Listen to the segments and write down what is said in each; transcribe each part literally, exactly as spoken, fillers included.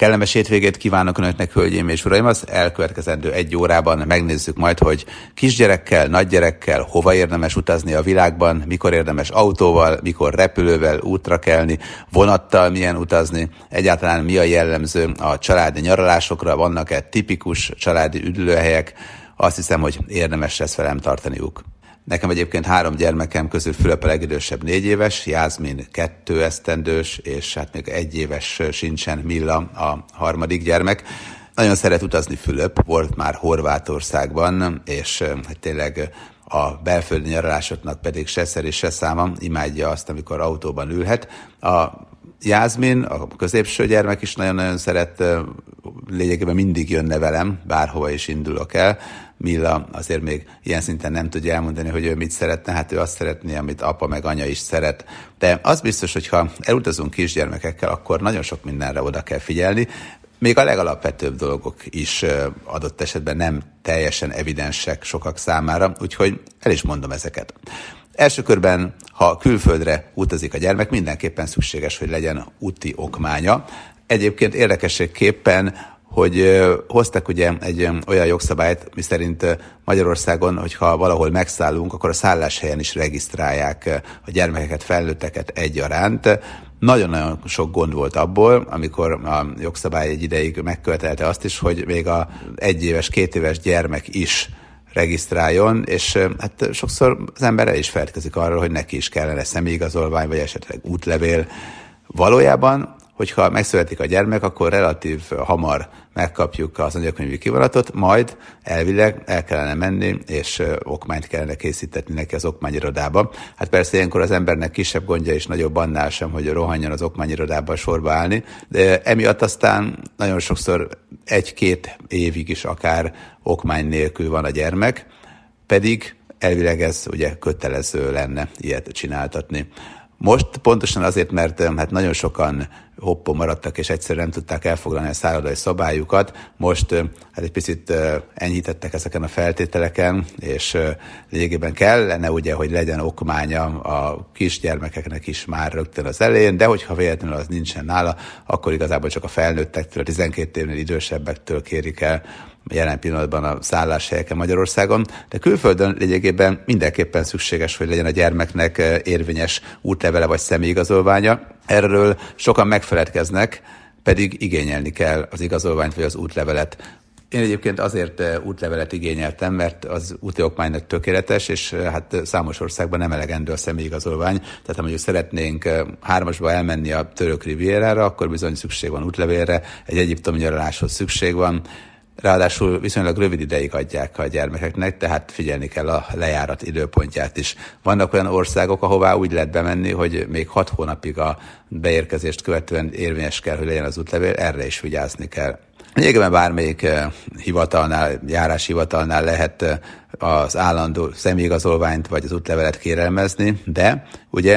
Kellemes hétvégét kívánok Önöknek, hölgyeim és uraim! Az elkövetkezendő egy órában megnézzük majd, hogy kisgyerekkel, nagygyerekkel hova érdemes utazni a világban, mikor érdemes autóval, mikor repülővel útra kelni, vonattal milyen utazni, egyáltalán mi a jellemző a családi nyaralásokra, vannak-e tipikus családi üdülőhelyek. Azt hiszem, hogy érdemes lesz velem tartaniuk. Nekem egyébként három gyermekem közül Fülöp a legidősebb, négy éves, Jászmin kettő esztendős, és hát még egy éves sincsen, Milla a harmadik gyermek. Nagyon szeret utazni Fülöp, volt már Horvátországban, és hát tényleg a belföldi nyaralásoknak pedig se szeri, se száma, imádja azt, amikor autóban ülhet. A Jászmin, a középső gyermek is nagyon-nagyon szeret, lényegében mindig jönne velem, bárhova is indulok el. Milla azért még ilyen szinten nem tudja elmondani, hogy ő mit szeretne, hát ő azt szeretné, amit apa meg anya is szeret. De az biztos, hogy ha elutazunk kisgyermekekkel, akkor nagyon sok mindenre oda kell figyelni, még a legalapvetőbb dolgok is adott esetben nem teljesen evidensek sokak számára, úgyhogy el is mondom ezeket. Első körben, ha külföldre utazik a gyermek, mindenképpen szükséges, hogy legyen úti okmánya. Egyébként érdekességképpen, hogy hoztak ugye egy olyan jogszabályt, miszerint Magyarországon, hogyha valahol megszállunk, akkor a szálláshelyen is regisztrálják a gyermekeket, felnőtteket egyaránt. Nagyon-nagyon sok gond volt abból, amikor a jogszabály egy ideig megkövetelte azt is, hogy még a egyéves, kétéves gyermek is regisztráljon, és hát sokszor az ember el is feltkezik arról, hogy neki is kellene személyigazolvány, vagy esetleg útlevél. Valójában, hogyha megszületik a gyermek, akkor relatív hamar megkapjuk az anyakönyvi kivonatot, majd elvileg el kellene menni, és okmányt kellene készítetni neki az okmányirodába. Hát persze ilyenkor az embernek kisebb gondja és nagyobb annál sem, hogy rohanjon az okmányirodába sorba állni, de emiatt aztán nagyon sokszor egy-két évig is akár okmány nélkül van a gyermek, pedig elvileg ez ugye kötelező lenne ilyet csináltatni. Most pontosan azért, mert hát nagyon sokan hoppon maradtak, és egyszerűen nem tudták elfoglalni a szállodai szobájukat. Most hát egy picit enyhítettek ezeken a feltételeken, és lényegében kellene ugye, hogy legyen okmánya a kisgyermekeknek is már rögtön az elején, de hogyha véletlenül az nincsen nála, akkor igazából csak a felnőttektől, a tizenkét évnél idősebbektől kérik el jelen pillanatban a szálláshelyeken Magyarországon, de külföldön lényegében mindenképpen szükséges, hogy legyen a gyermeknek érvényes útlevele vagy személyigazolványa. Erről sokan megfeledkeznek, pedig igényelni kell az igazolványt vagy az útlevelet. Én egyébként azért útlevelet igényeltem, mert az úti okmánynak tökéletes, és hát számos országban nem elegendő a személyigazolvány. Tehát ha mondjuk szeretnénk hármasba elmenni a török rivierára, akkor bizony szükség van útlevélre, egy egyiptomi nyaraláshoz szükség van. Ráadásul viszonylag rövid ideig adják a gyermekeknek, tehát figyelni kell a lejárat időpontját is. Vannak olyan országok, ahová úgy lehet bemenni, hogy még hat hónapig a beérkezést követően érvényes kell, hogy legyen az útlevél, erre is vigyázni kell. Lényegében bármelyik hivatalnál, járáshivatalnál lehet az állandó személyigazolványt vagy az útlevelet kérelmezni, de ugye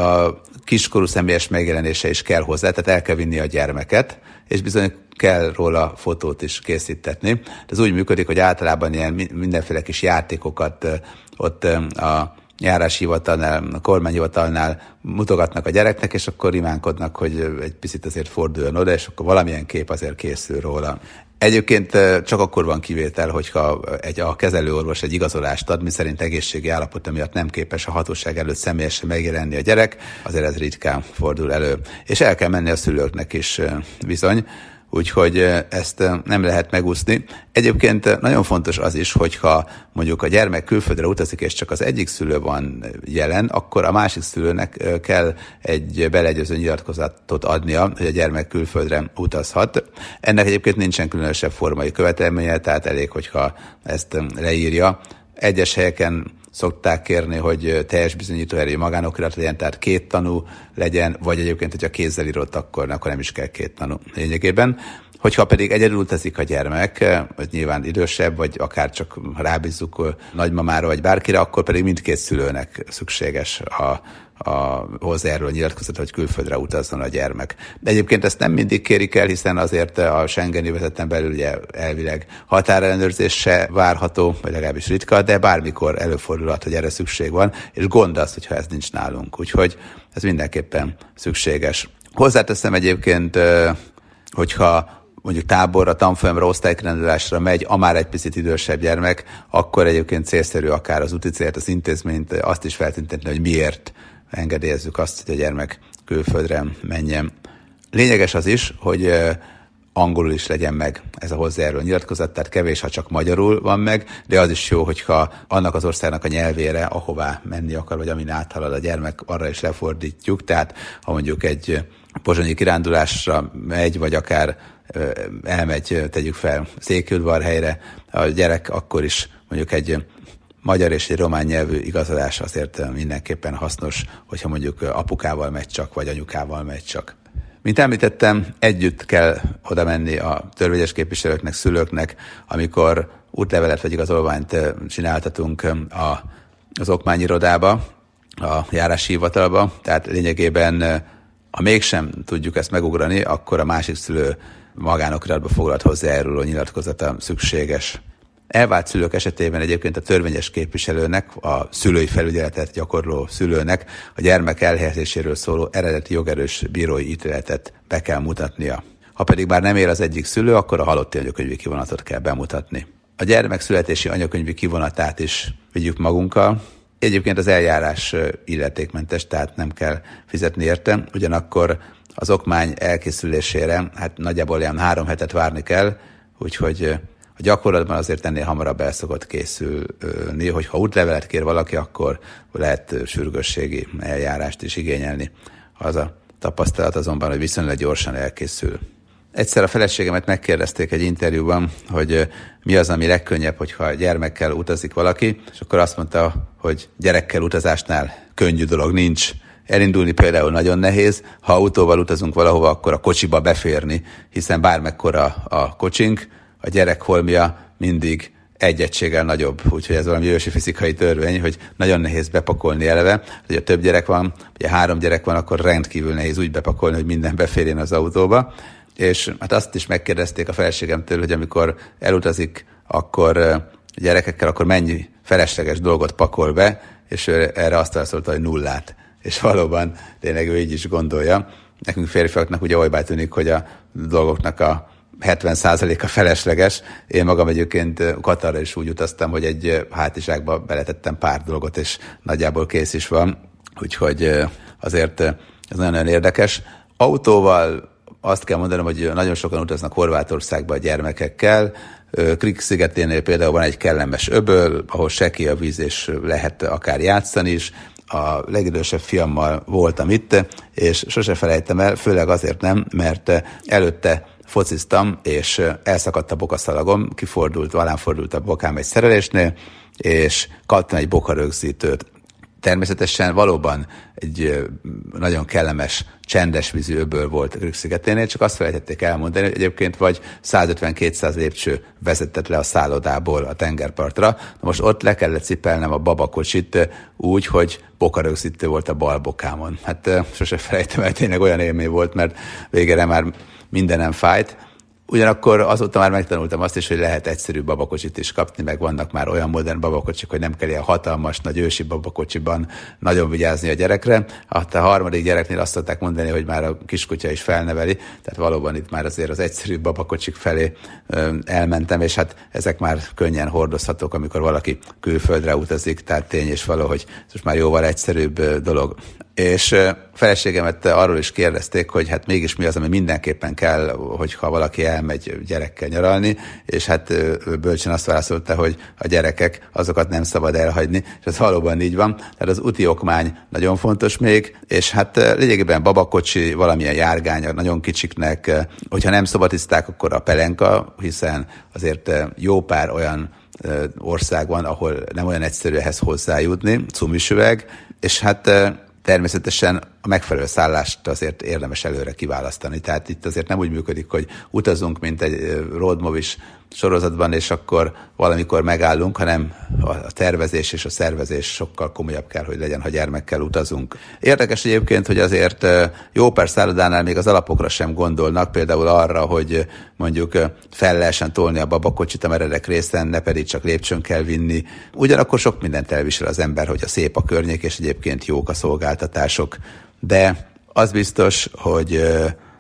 a kiskorú személyes megjelenése is kell hozzá, tehát el kell vinni a gyermeket, és bizony kell róla fotót is készítetni. Ez úgy működik, hogy általában ilyen mindenféle kis játékokat ott a járáshivatalnál, a kormányhivatalnál mutogatnak a gyereknek, és akkor imánkodnak, hogy egy picit azért forduljon oda, és akkor valamilyen kép azért készül róla. Egyébként csak akkor van kivétel, hogyha egy, a kezelőorvos egy igazolást ad, miszerint egészségi állapota miatt nem képes a hatóság előtt személyesen megjelenni a gyerek, azért ez ritkán fordul elő. És el kell menni a szülőknek is bizony, úgyhogy ezt nem lehet megúszni. Egyébként nagyon fontos az is, hogyha mondjuk a gyermek külföldre utazik, és csak az egyik szülő van jelen, akkor a másik szülőnek kell egy beleegyező nyilatkozatot adnia, hogy a gyermek külföldre utazhat. Ennek egyébként nincsen különösebb formai követelménye, tehát elég, hogyha ezt leírja. Egyes helyeken szokták kérni, hogy teljes bizonyítóerejű magánokirat legyen, tehát két tanú legyen, vagy egyébként, hogyha kézzel írott, akkor, akkor nem is kell két tanú lényegében. Hogyha pedig egyedül utazik a gyermek, vagy nyilván idősebb, vagy akár csak rábízzuk nagymamára, vagy bárkire, akkor pedig mindkét szülőnek szükséges a a hozzájáruló nyilatkozat, hogy külföldre utazzon a gyermek. De egyébként ezt nem mindig kérik el, hiszen azért a Schengeni övezeten belül ugye elvileg határellenőrzés se várható, vagy legalábbis ritka, de bármikor előfordulhat, hogy erre szükség van, és gond az, hogyha ez nincs nálunk. Úgyhogy ez mindenképpen szükséges. Hozzáteszem egyébként, hogyha mondjuk táborra, tanfolyamra, osztálykirendulásra megy, a már egy picit idősebb gyermek, akkor egyébként célszerű akár az úti célt, az intézményt, azt is feltüntetni, hogy miért engedélyezzük azt, hogy a gyermek külföldre menjen. Lényeges az is, hogy angolul is legyen meg ez a hozzájáruló nyilatkozat, tehát kevés, ha csak magyarul van meg, de az is jó, hogyha annak az országnak a nyelvére, ahová menni akar, vagy amin áthalad a gyermek, arra is lefordítjuk. Tehát ha mondjuk egy pozsonyi kirándulásra megy, vagy akár elmegy, tegyük fel, Székelyudvarhelyre a gyerek, akkor is mondjuk egy magyar és egy román nyelvű igazolás azért mindenképpen hasznos, hogyha mondjuk apukával megy csak, vagy anyukával megy csak. Mint említettem, együtt kell oda menni a törvényes képviselőknek, szülőknek, amikor útlevelet vagy igazolványt csináltatunk a, az okmányirodába, a járási hivatalba. Tehát lényegében, ha mégsem tudjuk ezt megugrani, akkor a másik szülő magánokiratba foglalt hozzájáruló nyilatkozata szükséges. Elvált szülők esetében egyébként a törvényes képviselőnek, a szülői felügyeletet gyakorló szülőnek a gyermek elhelyezéséről szóló eredeti jogerős bírói ítéletet be kell mutatnia. Ha pedig már nem él az egyik szülő, akkor a halotti anyakönyvi kivonatot kell bemutatni. A gyermek születési anyakönyvi kivonatát is vigyük magunkkal. Egyébként az eljárás illetékmentes, tehát nem kell fizetni érte, ugyanakkor az okmány elkészülésére hát nagyjából olyan három hetet várni kell, úgyhogy a gyakorlatban azért ennél hamarabb el szokott készülni, hogy ha útlevelet kér valaki, akkor lehet sürgősségi eljárást is igényelni. Az a tapasztalat azonban, hogy viszonylag gyorsan elkészül. Egyszer a feleségemet megkérdezték egy interjúban, hogy mi az, ami legkönnyebb, hogyha gyermekkel utazik valaki, és akkor azt mondta, hogy gyerekkel utazásnál könnyű dolog nincs. Elindulni például nagyon nehéz, ha autóval utazunk valahova, akkor a kocsiba beférni, hiszen bármekkora a kocsink, a gyerek holmia mindig egy egységgel nagyobb, úgyhogy ez valami ősi fizikai törvény, hogy nagyon nehéz bepakolni eleve, hogy ha több gyerek van, vagy három gyerek van, akkor rendkívül nehéz úgy bepakolni, hogy minden beférjen az autóba. És hát azt is megkérdezték a feleségemtől, hogy amikor elutazik, akkor gyerekekkel, akkor mennyi felesleges dolgot pakol be, és ő erre azt válaszolta, hogy nullát. És valóban tényleg ő így is gondolja. Nekünk férfiaknak ugye olybá tűnik, hogy a dolgoknak a hetven százaléka felesleges. Én magam egyébként Katarra is úgy utaztam, hogy egy hátizsákba beletettem pár dolgot, és nagyjából kész is van. Úgyhogy azért ez nagyon-nagyon érdekes. Autóval azt kell mondanom, hogy nagyon sokan utaznak Horvátországba a gyermekekkel. Krk szigeténél például van egy kellemes öböl, ahol seki a víz, és lehet akár játszani is. A legidősebb fiammal voltam itt, és sose felejtem el, főleg azért nem, mert előtte fociztam, és elszakadt a bokaszalagom, kifordult, valánfordult a bokám egy szerelésnél, és kaptam egy bokarögzítőt. Természetesen valóban egy nagyon kellemes, csendes vízű öböl volt a Krk-szigeténél, csak azt felejtették elmondani, hogy egyébként vagy százötven-kétszáz lépcső vezetett le a szállodából a tengerpartra. Na most ott le kellett cipelnem a babakocsit úgy, hogy bokarögzítő volt a bal bokámon. Hát sose felejtem el, tényleg olyan élmény volt, mert végére már mindenem fájt. Ugyanakkor azóta már megtanultam azt is, hogy lehet egyszerű babakocsit is kapni, meg vannak már olyan modern babakocsik, hogy nem kell ilyen hatalmas, nagy ősi babakocsiban nagyon vigyázni a gyerekre. A harmadik gyereknél azt szokták mondani, hogy már a kiskutya is felneveli, tehát valóban itt már azért az egyszerű babakocsik felé elmentem, és hát ezek már könnyen hordozhatók, amikor valaki külföldre utazik, tehát tény és való, hogy ez most már jóval egyszerűbb dolog. És feleségemet arról is kérdezték, hogy hát mégis mi az, ami mindenképpen kell, hogyha valaki elmegy gyerekkel nyaralni, és hát bölcsen azt válaszolta, hogy a gyerekek, azokat nem szabad elhagyni, és ez valóban így van. Tehát az úti okmány nagyon fontos még, és hát lényegében babakocsi, valamilyen járgány nagyon kicsiknek, hogyha nem szobatiszták, akkor a pelenka, hiszen azért jó pár olyan ország van, ahol nem olyan egyszerű ehhez hozzájutni, cumisüveg, és hát természetesen a megfelelő szállást azért érdemes előre kiválasztani. Tehát itt azért nem úgy működik, hogy utazunk, mint egy road movie-s sorozatban, és akkor valamikor megállunk, hanem a tervezés és a szervezés sokkal komolyabb kell, hogy legyen, ha gyermekkel utazunk. Érdekes egyébként, hogy azért jó pár szállodánál még az alapokra sem gondolnak, például arra, hogy mondjuk fel lehessen tolni a babakocsit a meredek részen, ne pedig csak lépcsőn kell vinni. Ugyanakkor sok mindent elvisel az ember, hogy a szép a környék, és egyébként jók a szolgáltatások. De az biztos, hogy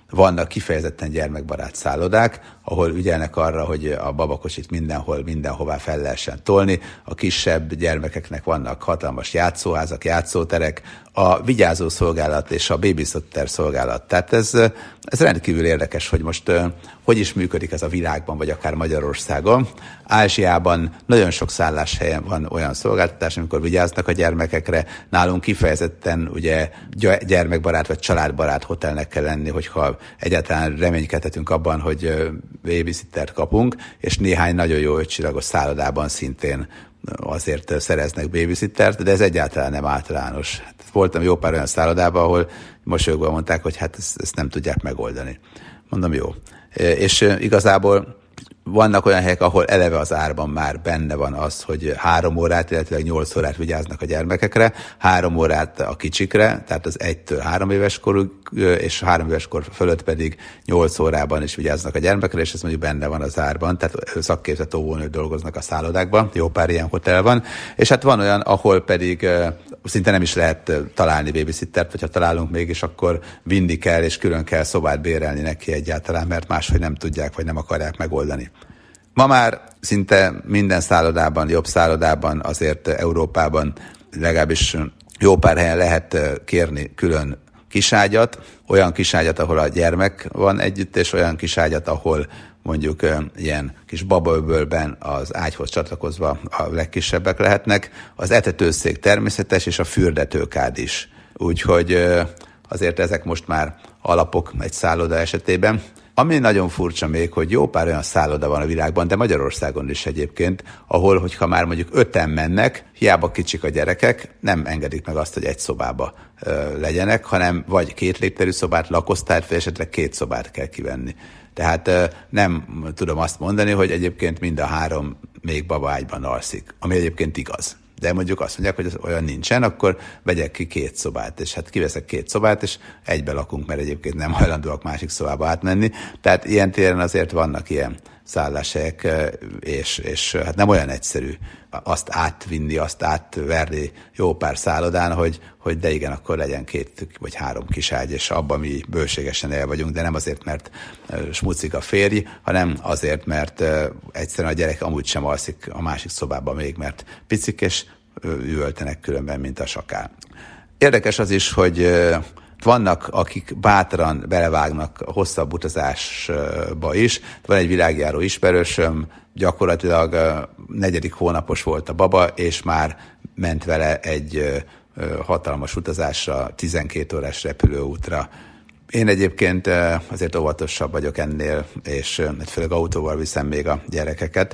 vannak kifejezetten gyermekbarát szállodák, ahol ügyelnek arra, hogy a babakocsit mindenhol, mindenhová fel lehessen tolni. A kisebb gyermekeknek vannak hatalmas játszóházak, játszóterek, a vigyázó szolgálat és a babysitter szolgálat. Tehát ez, ez rendkívül érdekes, hogy most hogy is működik ez a világban, vagy akár Magyarországon. Ázsiában nagyon sok szálláshelyen van olyan szolgáltatás, amikor vigyáznak a gyermekekre. Nálunk kifejezetten ugye gyermekbarát vagy családbarát hotelnek kell lenni, hogyha egyáltalán reménykedhetünk abban, hogy babysittert kapunk, és néhány nagyon jó ötcsillagos szállodában szintén azért szereznek babysittert, de ez egyáltalán nem általános. Voltam jó pár olyan szállodában, ahol mosolyogva mondták, hogy hát ezt, ezt nem tudják megoldani. Mondom, jó. És igazából vannak olyan helyek, ahol eleve az árban már benne van az, hogy három órát, illetve nyolc órát vigyáznak a gyermekekre, három órát a kicsikre, tehát az egytől három éves korig, és három éves kor fölött pedig nyolc órában is vigyáznak a gyermekekre, és ez mondjuk benne van az árban, tehát szakképzett óvónők dolgoznak a szállodákban, jó pár ilyen hotel van, és hát van olyan, ahol pedig szinte nem is lehet találni babysittert, vagy ha találunk mégis, akkor vinni kell, és külön kell szobát bérelni neki egyáltalán, mert máshogy nem tudják, vagy nem akarják megoldani. Ma már szinte minden szállodában, jobb szállodában, azért Európában legalábbis jó pár helyen lehet kérni külön kiságyat, olyan kiságyat, ahol a gyermek van együtt, és olyan kiságyat, ahol mondjuk ilyen kis babaöbölben az ágyhoz csatlakozva a legkisebbek lehetnek. Az etetőszék természetes, és a fürdetőkád is. Úgyhogy azért ezek most már alapok egy szálloda esetében. Ami nagyon furcsa még, hogy jó pár olyan szálloda van a világban, de Magyarországon is egyébként, ahol, hogyha már mondjuk öten mennek, hiába kicsik a gyerekek, nem engedik meg azt, hogy egy szobába ö, legyenek, hanem vagy két lépterű szobát, lakosztályt, vagy esetleg két szobát kell kivenni. Tehát ö, nem tudom azt mondani, hogy egyébként mind a három még babaágyban alszik, ami egyébként igaz. De mondjuk azt mondják, hogy az olyan nincsen, akkor vegyek ki két szobát, és hát kiveszek két szobát, és egybe lakunk, mert egyébként nem hajlandóak másik szobába átmenni. Tehát ilyen téren azért vannak ilyen szálláshelyek, és, és hát nem olyan egyszerű azt átvinni, azt átverni jó pár szállodán, hogy, hogy de igen, akkor legyen két vagy három kis ágy, és abban mi bőségesen el vagyunk, de nem azért, mert smucik a férj, hanem azért, mert egyszerűen a gyerek amúgy sem alszik a másik szobában még, mert picik, és üvöltenek különben, mint a sakál. Érdekes az is, hogy vannak, akik bátran belevágnak a hosszabb utazásba is. Van egy világjáró ismerősöm, gyakorlatilag negyedik hónapos volt a baba, és már ment vele egy hatalmas utazásra, tizenkét órás repülőútra. Én egyébként azért óvatosabb vagyok ennél, és főleg autóval viszem még a gyerekeket,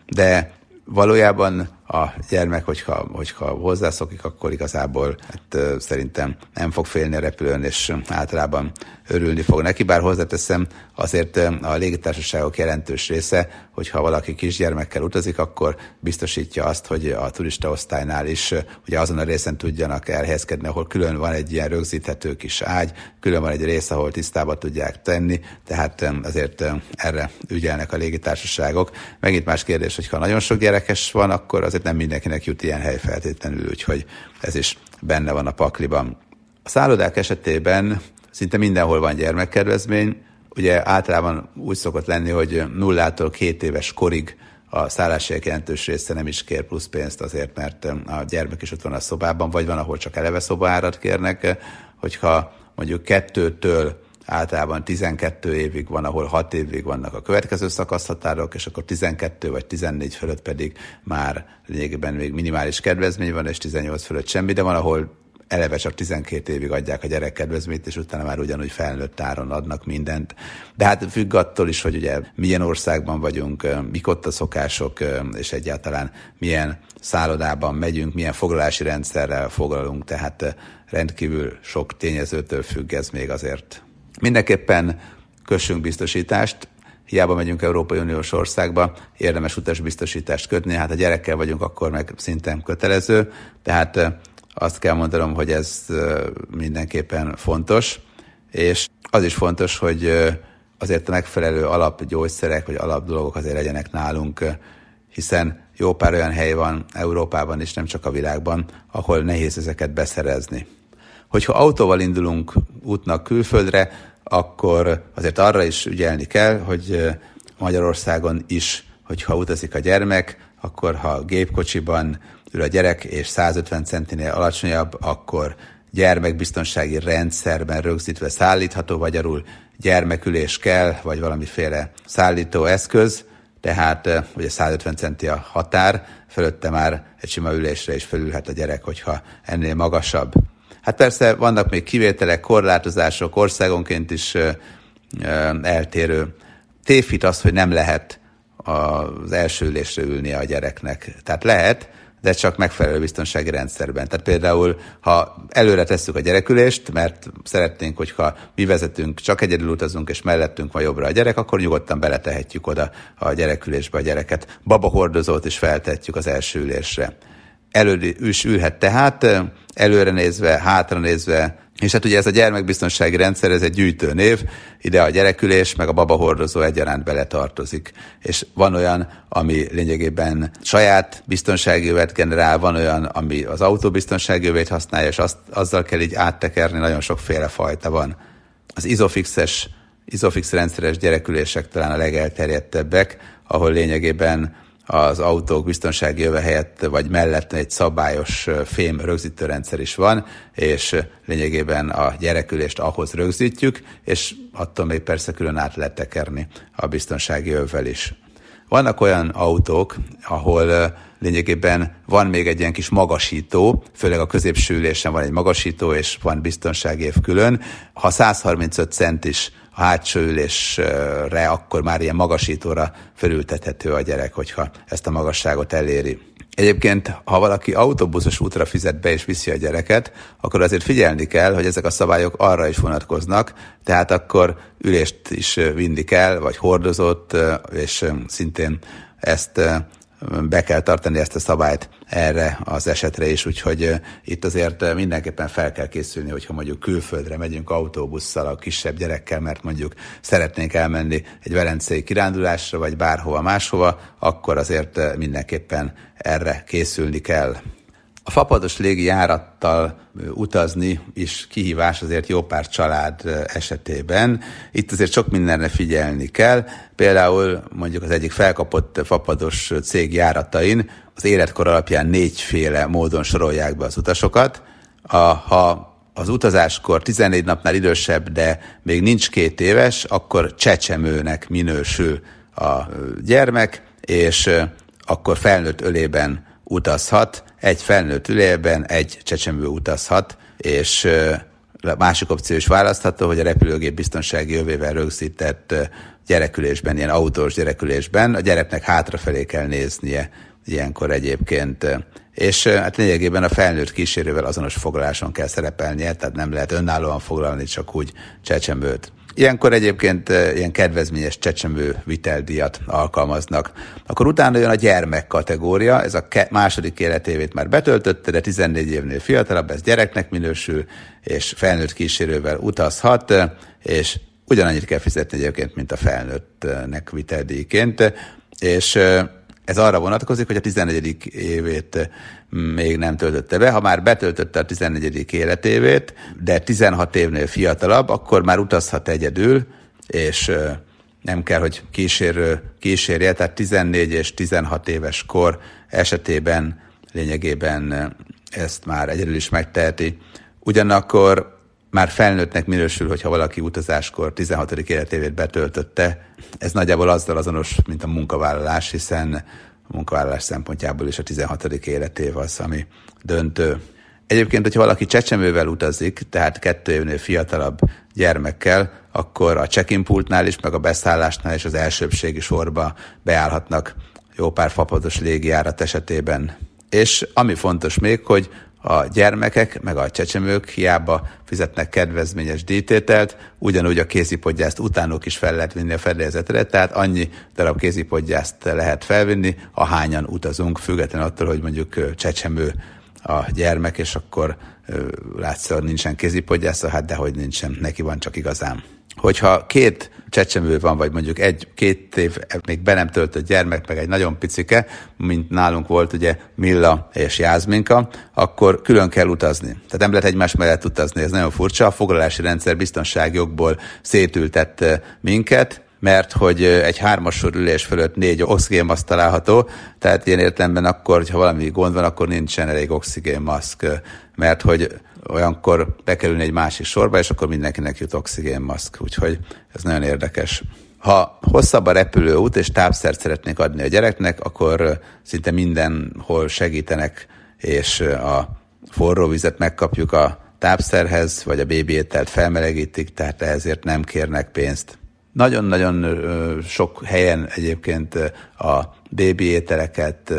de valójában a gyermek, hogyha, hogyha hozzászokik, akkor igazából hát, szerintem nem fog félni a repülőn, és általában örülni fog neki, bár hozzáteszem, azért a légitársaságok jelentős része, hogyha valaki kisgyermekkel utazik, akkor biztosítja azt, hogy a turistaosztálynál is ugye azon a részen tudjanak elhelyezkedni, ahol külön van egy ilyen rögzíthető kis ágy, külön van egy rész, ahol tisztába tudják tenni, tehát azért erre ügyelnek a légitársaságok. Megint más kérdés, hogyha nagyon sok gyerekes van, akkor azért nem mindenkinek jut ilyen hely feltétlenül, úgyhogy ez is benne van a pakliban. A szállodák esetében szinte mindenhol van gyermekkedvezmény. Ugye általában úgy szokott lenni, hogy nullától két éves korig a szálláshelyek jelentős része nem is kér plusz pénzt azért, mert a gyermek is ott van a szobában, vagy van, ahol csak eleve szobaárat kérnek. Hogyha mondjuk kettőtől általában tizenkét évig van, ahol hat évig vannak a következő szakaszhatárok, és akkor tizenkettő vagy tizennégy fölött pedig már lényegében még minimális kedvezmény van, és tizennyolc fölött semmi, de van, ahol eleve csak tizenkét évig adják a gyerekkedvezményt, és utána már ugyanúgy felnőtt áron adnak mindent. De hát függ attól is, hogy ugye milyen országban vagyunk, mik ott a szokások, és egyáltalán milyen szállodában megyünk, milyen foglalási rendszerrel foglalunk, tehát rendkívül sok tényezőtől függ ez még azért. Mindenképpen kössünk biztosítást, hiába megyünk Európai Uniós országba, érdemes utasbiztosítást kötni, hát ha gyerekkel vagyunk, akkor meg szintén kötelező, tehát azt kell mondanom, hogy ez mindenképpen fontos, és az is fontos, hogy azért a megfelelő alapgyógyszerek vagy alapdolgok azért legyenek nálunk, hiszen jó pár olyan hely van Európában és nem csak a világban, ahol nehéz ezeket beszerezni. Hogyha autóval indulunk útnak külföldre, akkor azért arra is ügyelni kell, hogy Magyarországon is, hogyha utazik a gyermek, akkor ha gépkocsiban ül a gyerek és százötven centinél alacsonyabb, akkor gyermekbiztonsági rendszerben rögzítve szállítható, magyarul gyermekülés kell, vagy valamiféle szállító eszköz, tehát ugye százötven centi a határ, fölötte már egy sima ülésre is felülhet a gyerek, hogyha ennél magasabb. Hát persze vannak még kivételek, korlátozások, országonként is ö, ö, eltérő. Tévhit az, hogy nem lehet az első ülésre ülnie a gyereknek. Tehát lehet, de csak megfelelő biztonsági rendszerben. Tehát például, ha előre tesszük a gyerekülést, mert szeretnénk, hogyha mi vezetünk, csak egyedül utazunk, és mellettünk van jobbra a gyerek, akkor nyugodtan beletehetjük oda a gyerekülésbe a gyereket. Babahordozót is feltetjük az első ülésre. Elő is ülhet tehát, előre nézve, hátra nézve, és hát ugye ez a gyermekbiztonsági rendszer, ez egy gyűjtőnév, ide a gyerekülés meg a babahordozó egyaránt beletartozik. És van olyan, ami lényegében saját biztonsági övet generál, van olyan, ami az autóbiztonsági övét használja, és azt, azzal kell így áttekerni, nagyon sokféle fajta van. Az izofixes, izofix rendszeres gyerekülések talán a legelterjedtebbek, ahol lényegében az autók biztonsági öve helyett vagy mellett egy szabályos fém rögzítőrendszer is van, és lényegében a gyerekülést ahhoz rögzítjük, és attól még persze külön át lehet tekerni a biztonsági övvel is. Vannak olyan autók, ahol lényegében van még egy ilyen kis magasító, főleg a középső ülésen van egy magasító, és van biztonsági év külön. Ha száz harmincöt centis a hátsó ülésre, akkor már ilyen magasítóra felültethető a gyerek, hogyha ezt a magasságot eléri. Egyébként, ha valaki autóbuszos útra fizet be és viszi a gyereket, akkor azért figyelni kell, hogy ezek a szabályok arra is vonatkoznak, tehát akkor ülést is vinni kell, vagy hordozót, és szintén ezt be kell tartani, ezt a szabályt erre az esetre is, úgyhogy itt azért mindenképpen fel kell készülni, hogyha mondjuk külföldre megyünk autóbusszal a kisebb gyerekkel, mert mondjuk szeretnénk elmenni egy velencei kirándulásra, vagy bárhova máshova, akkor azért mindenképpen erre készülni kell. A fapados légi járattal utazni is kihívás azért jó pár család esetében. Itt azért sok mindenre figyelni kell. Például mondjuk az egyik felkapott fapados cég járatain az életkor alapján négyféle módon sorolják be az utasokat. A, ha az utazáskor tizennégy napnál idősebb, de még nincs két éves, akkor csecsemőnek minősül a gyermek, és akkor felnőtt ölében utazhat, egy felnőtt ülében egy csecsemő utazhat, és másik opció is választható, hogy a repülőgép biztonsági övével rögzített gyerekülésben, ilyen autós gyerekülésben a gyereknek hátrafelé kell néznie ilyenkor egyébként. És hát lényegében a felnőtt kísérővel azonos foglaláson kell szerepelnie, tehát nem lehet önállóan foglalni, csak úgy csecsemőt. Ilyenkor egyébként ilyen kedvezményes csecsemő viteldíjat alkalmaznak. Akkor utána jön a gyermek kategória, ez a második életévét már betöltötte, de tizennégy évnél fiatalabb, ez gyereknek minősül, és felnőtt kísérővel utazhat, és ugyanannyit kell fizetni egyébként, mint a felnőttnek viteldíjként, és ez arra vonatkozik, hogy a tizennegyedik évét még nem töltötte be. Ha már betöltötte a tizennegyedik életévét, de tizenhat évnél fiatalabb, akkor már utazhat egyedül, és nem kell, hogy kísérő kísérje, tehát tizennégy és tizenhat éves kor esetében lényegében ezt már egyedül is megteheti. Ugyanakkor már felnőttnek minősül, hogyha valaki utazáskor tizenhatodik életévét betöltötte. Ez nagyjából azzal azonos, mint a munkavállalás, hiszen a munkavállalás szempontjából is a tizenhatodik életév az, ami döntő. Egyébként, hogyha valaki csecsemővel utazik, tehát kettő évnél fiatalabb gyermekkel, akkor a check-in pultnál is, meg a beszállásnál is az elsőbbségi sorba beállhatnak jó pár fapados légijárat esetében. És ami fontos még, hogy a gyermekek, meg a csecsemők hiába fizetnek kedvezményes díjtételt, ugyanúgy a kézipodgyászt utánuk is fel lehet vinni a fedélzetre, tehát annyi darab kézipodgyászt lehet felvinni, ahányan utazunk, függetlenül attól, hogy mondjuk csecsemő a gyermek, és akkor látszólag nincsen kézipodgyásza, hát dehogy nincsen, neki van csak igazán. hogyha két csecsemő van, vagy mondjuk egy-két év még be nem töltött gyermek, meg egy nagyon picike, mint nálunk volt ugye Milla és Jászminka, akkor külön kell utazni. Tehát nem lehet egymás mellett utazni, ez nagyon furcsa. A foglalási rendszer biztonságjogból szétültett minket, mert hogy egy hármassor ülés fölött négy oxigénmaszk található, tehát ilyen értelemben akkor, ha valami gond van, akkor nincsen elég oxigénmaszk, mert hogy olyankor bekerülni egy másik sorba, és akkor mindenkinek jut oxigénmaszk, úgyhogy ez nagyon érdekes. Ha hosszabb a repülőút, és tápszert szeretnék adni a gyereknek, akkor szinte mindenhol segítenek, és a forró vizet megkapjuk a tápszerhez, vagy a bébi ételt felmelegítik, tehát ezért nem kérnek pénzt. Nagyon-nagyon sok helyen egyébként a bébi ételeket,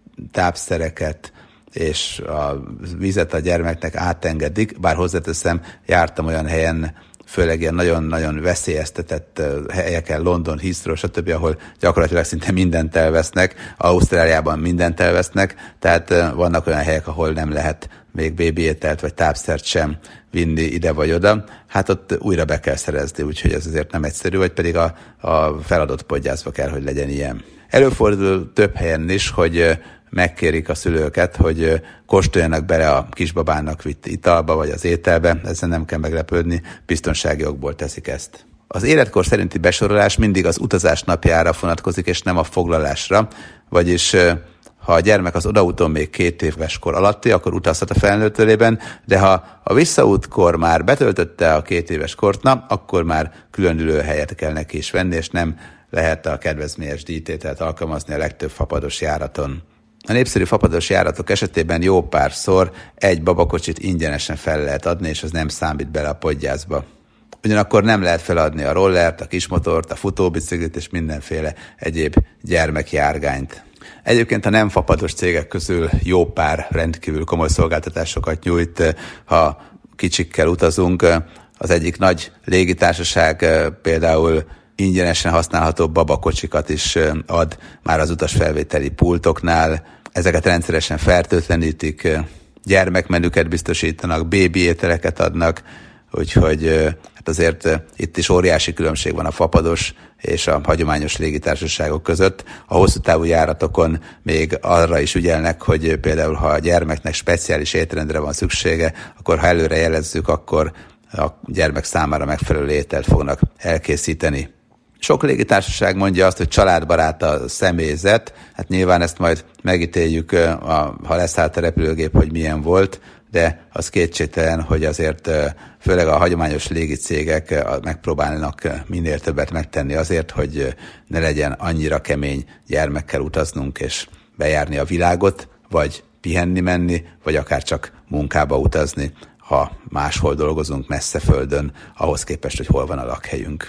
tápszereket és a vizet a gyermeknek átengedik, bár hozzáteszem, jártam olyan helyen, főleg ilyen nagyon-nagyon veszélyeztetett helyeken, London, Heathrow, stb., ahol gyakorlatilag szinte mindent elvesznek, Ausztráliában mindent elvesznek, tehát vannak olyan helyek, ahol nem lehet még bébi ételt vagy tápszert sem vinni ide vagy oda, hát ott újra be kell szerezni, úgyhogy ez azért nem egyszerű, vagy pedig a, a feladott podgyászba kell, hogy legyen ilyen. Előfordul több helyen is, hogy megkérik a szülőket, hogy kóstoljanak bele a kisbabának vitt italba, vagy az ételbe, ezzel nem kell meglepődni, biztonsági okból teszik ezt. Az életkor szerinti besorolás mindig az utazás napjára vonatkozik, és nem a foglalásra, vagyis ha a gyermek az odaúton még két éves kor alatti, akkor utazhat a felnőtt ölében, de ha a visszaútkor már betöltötte a két éves kort, na, akkor már különülő helyet kell neki is venni, és nem lehet a kedvezményes díjtételt alkalmazni a legtöbb fapados járaton. A népszerű fapados járatok esetében jó párszor egy babakocsit ingyenesen fel lehet adni, és az nem számít bele a podgyászba. Ugyanakkor nem lehet feladni a rollert, a kismotort, a futóbiciklit és mindenféle egyéb gyermekjárgányt. Egyébként a nem fapados cégek közül jó pár rendkívül komoly szolgáltatásokat nyújt, ha kicsikkel utazunk. Az egyik nagy légitársaság például ingyenesen használható babakocsikat is ad már az utasfelvételi pultoknál. Ezeket rendszeresen fertőtlenítik, gyermekmenüket biztosítanak, bébi ételeket adnak, úgyhogy hát azért itt is óriási különbség van a fapados és a hagyományos légitársaságok között. A hosszú távú járatokon még arra is ügyelnek, hogy például ha a gyermeknek speciális étrendre van szüksége, akkor ha előre jelezzük, akkor a gyermek számára megfelelő ételt fognak elkészíteni. Sok légitársaság mondja azt, hogy családbarát a személyzet, hát nyilván ezt majd megítéljük, ha leszállt a repülőgép, hogy milyen volt, de az kétségtelen, hogy azért főleg a hagyományos légicégek megpróbálnak minél többet megtenni azért, hogy ne legyen annyira kemény gyermekkel utaznunk és bejárni a világot, vagy pihenni menni, vagy akár csak munkába utazni, ha máshol dolgozunk messze földön, ahhoz képest, hogy hol van a lakhelyünk.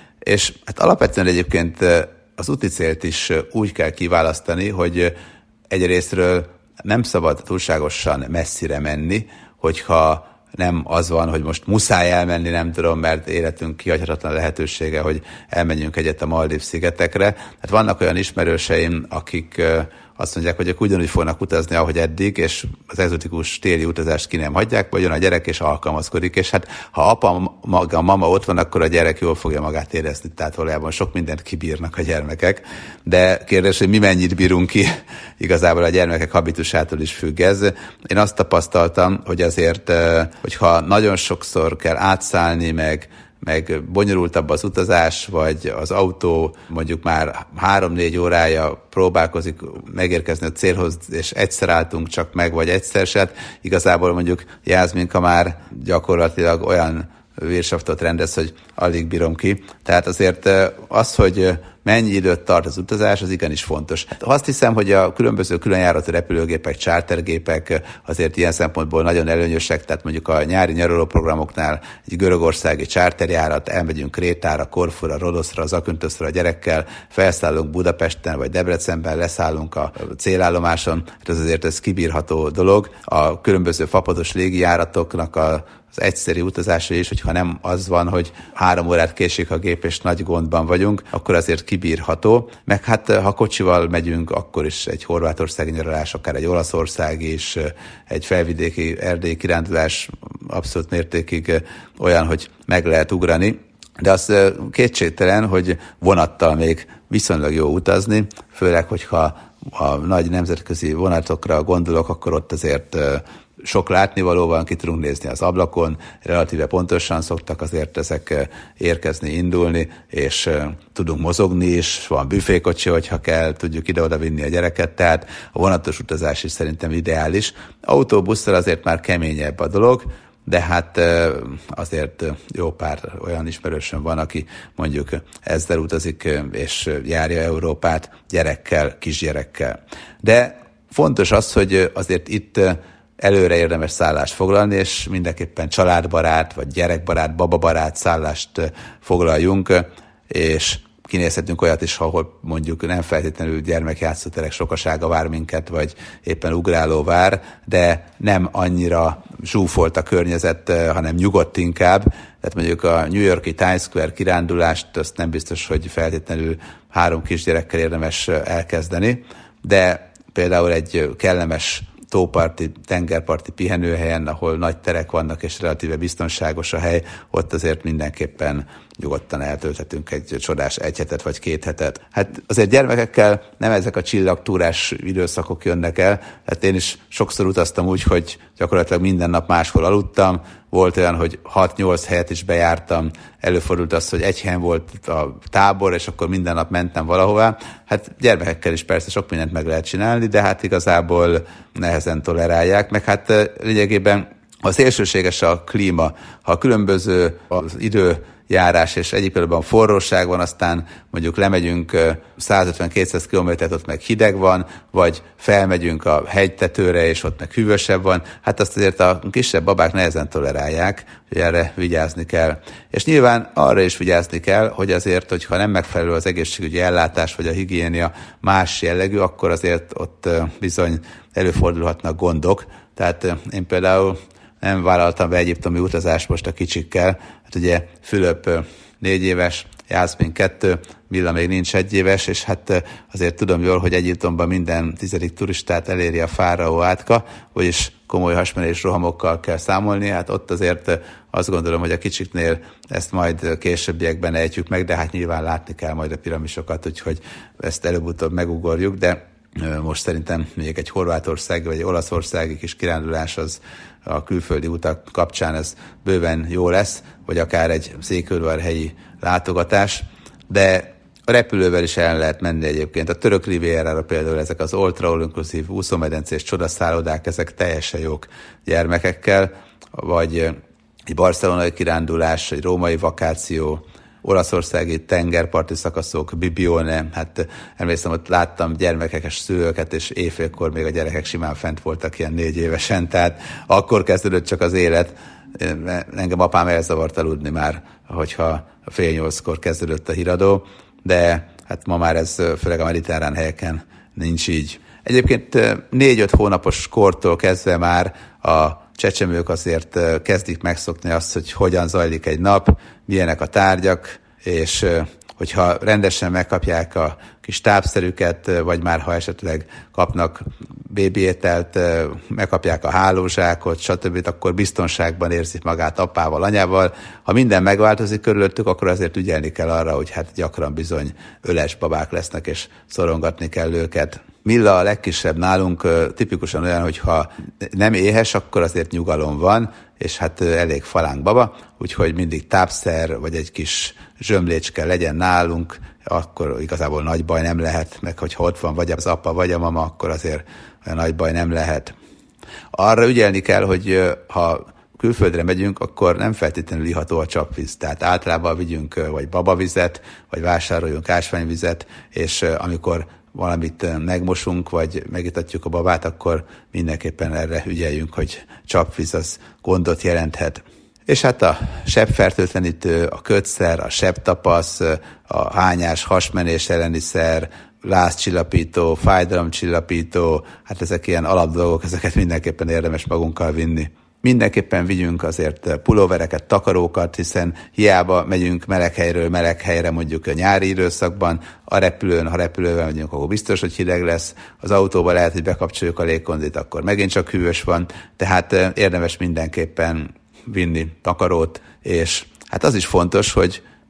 És hát alapvetően egyébként az úti célt is úgy kell kiválasztani, hogy egyrésztről nem szabad túlságosan messzire menni, hogyha nem az van, hogy most muszáj elmenni, nem tudom, mert életünk kihagyhatatlan lehetősége, hogy elmenjünk egyet a Maldív-szigetekre. Hát vannak olyan ismerőseim, akik azt mondják, hogy ők ugyanúgy fognak utazni, ahogy eddig, és az egzotikus téli utazást ki nem hagyják, vagy jön a gyerek és alkalmazkodik, és hát ha apa, maga, a mama ott van, akkor a gyerek jól fogja magát érezni, tehát valójában sok mindent kibírnak a gyermekek, de kérdés, hogy mi mennyit bírunk ki, igazából a gyermekek habitusától is függ ez. Én azt tapasztaltam, hogy azért, hogyha nagyon sokszor kell átszállni, meg meg bonyolultabb az utazás, vagy az autó mondjuk már három-négy órája próbálkozik megérkezni a célhoz, és egyszer álltunk csak meg, vagy egyszer se. Igazából mondjuk Jászminka már gyakorlatilag olyan vérsaftot rendez, hogy alig bírom ki. Tehát azért az, hogy mennyi időt tart az utazás, az igenis fontos. Azt hiszem, hogy a különböző különjáratú repülőgépek, chartergépek azért ilyen szempontból nagyon előnyösek, tehát mondjuk a nyári nyaralóprogramoknál egy görögországi charterjárat, elmegyünk Krétára, Korfura, Rodoszra, Zakynthosra a gyerekkel, felszállunk Budapesten vagy Debrecenben, leszállunk a célállomáson, hát ez azért ez kibírható dolog. A különböző fapados légijáratoknak a az egyszeri utazásra is, hogyha nem az van, hogy három órát késik a gép, és nagy gondban vagyunk, akkor azért kibírható. Meg hát, ha kocsival megyünk, akkor is egy horvátországi nyaralás, akár egy olaszországi is, egy felvidéki erdélyi kirándulás abszolút mértékig olyan, hogy meg lehet ugrani. De az kétségtelen, hogy vonattal még viszonylag jó utazni, főleg, hogyha a nagy nemzetközi vonatokra gondolok, akkor ott azért sok látnivaló van, ki tudunk nézni az ablakon, relatíve pontosan szoktak azért ezek érkezni, indulni, és tudunk mozogni is, van büfékocsi, hogyha kell, tudjuk ide-oda vinni a gyereket, tehát a vonatos utazás is szerintem ideális. Autóbusszal azért már keményebb a dolog, de hát azért jó pár olyan ismerősöm van, aki mondjuk ezzel utazik, és járja Európát gyerekkel, kisgyerekkel. De fontos az, hogy azért itt előre érdemes szállást foglalni, és mindenképpen családbarát, vagy gyerekbarát, bababarát szállást foglaljunk, és kinézhetünk olyat is, ahol mondjuk nem feltétlenül gyermekjátszóterek sokasága vár minket, vagy éppen ugráló vár, de nem annyira zsúfolt a környezet, hanem nyugodt inkább. Tehát mondjuk a New York-i Times Square kirándulást, azt nem biztos, hogy feltétlenül három kisgyerekkel érdemes elkezdeni, de például egy kellemes tóparti, tengerparti pihenőhelyen, ahol nagy terek vannak és relatíve biztonságos a hely, ott azért mindenképpen nyugodtan eltölthetünk egy csodás egy hetet vagy két hetet. Hát azért gyermekekkel nem ezek a csillagtúrás időszakok jönnek el, hát én is sokszor utaztam úgy, hogy gyakorlatilag minden nap máshol aludtam, volt olyan, hogy hat-nyolc helyet is bejártam, előfordult az, hogy egy helyen volt a tábor, és akkor minden nap mentem valahová. Hát gyermekekkel is persze sok mindent meg lehet csinálni, de hát igazából nehezen tolerálják, meg hát lényegében az szélsőséges a klíma, ha különböző az idő, járás, és egyik pillanatban forróság van, aztán mondjuk lemegyünk százötven-kétszáz kilométert, ott meg hideg van, vagy felmegyünk a hegytetőre, és ott meg hűvösebb van. Hát azt azért a kisebb babák nehezen tolerálják, hogy erre vigyázni kell. És nyilván arra is vigyázni kell, hogy azért, hogyha nem megfelelő az egészségügyi ellátás, vagy a higiénia más jellegű, akkor azért ott bizony előfordulhatnak gondok. Tehát én például nem vállaltam be egyiptomi utazást most a kicsikkel. Hát ugye Fülöp négy éves, Jászmin kettő, Milla még nincs egy éves, és hát azért tudom jól, hogy Egyiptomban minden tizedik turistát eléri a fáraó átka, vagyis komoly hasmenés rohamokkal kell számolni. Hát ott azért azt gondolom, hogy a kicsiknél ezt majd későbbiekben ejtjük meg, de hát nyilván látni kell majd a piramisokat, úgyhogy ezt előbb-utóbb megugorjuk, de most szerintem még egy horvátországi vagy egy olaszországi kis kirándulás az a külföldi utak kapcsán ez bőven jó lesz, vagy akár egy székelyudvarhelyi látogatás, de a repülővel is el lehet menni egyébként. A török rivierára például ezek az ultra all-inclusive úszómedencés csodaszállodák, ezek teljesen jók gyermekekkel, vagy egy barcelonai kirándulás, egy római vakáció, olaszországi tengerparti szakaszok, Bibione, hát emlékszem, ott láttam gyermekekes szülőket, és éjfélkor még a gyerekek simán fent voltak ilyen négy évesen, tehát akkor kezdődött csak az élet. Engem apám elzavart aludni már, hogyha fél nyolckor kezdődött a híradó, de hát ma már ez főleg a mediterrán helyeken nincs így. Egyébként négy-öt hónapos kortól kezdve már a csecsemők azért kezdik megszokni azt, hogy hogyan zajlik egy nap, milyenek a tárgyak, és hogyha rendesen megkapják a kis tápszerüket, vagy már ha esetleg kapnak bébiételt, megkapják a hálózsákot, stb., akkor biztonságban érzik magát apával, anyával. Ha minden megváltozik körülöttük, akkor azért ügyelni kell arra, hogy hát gyakran bizony öles babák lesznek, és szorongatni kell őket. Milla a legkisebb nálunk tipikusan olyan, hogy ha nem éhes, akkor azért nyugalom van, és hát elég falánk baba, úgyhogy mindig tápszer, vagy egy kis zsömlécske legyen nálunk, akkor igazából nagy baj nem lehet, meg hogyha ott van vagy az apa, vagy a mama, akkor azért olyan nagy baj nem lehet. Arra ügyelni kell, hogy ha külföldre megyünk, akkor nem feltétlenül iható a csapvíz. Tehát általában vigyünk vagy babavizet, vagy vásároljunk ásványvizet, és amikor valamit megmosunk, vagy megitatjuk a babát, akkor mindenképpen erre ügyeljünk, hogy csapvíz az gondot jelenthet. És hát a sebfertőtlenítő, a kötszer, a sebtapasz, a hányás, hasmenés elleni szer, lázcsillapító, fájdalomcsillapító, hát ezek ilyen alapdolgok, ezeket mindenképpen érdemes magunkkal vinni. Mindenképpen vigyünk azért pulóvereket, takarókat, hiszen hiába megyünk meleg helyről meleg helyre mondjuk a nyári időszakban, a repülőn, ha repülővel megyünk, akkor biztos, hogy hideg lesz, az autóba lehet, hogy bekapcsoljuk a légkondit, akkor megint csak hűvös van, tehát érdemes mindenképpen vinni takarót, és hát az is fontos, hogy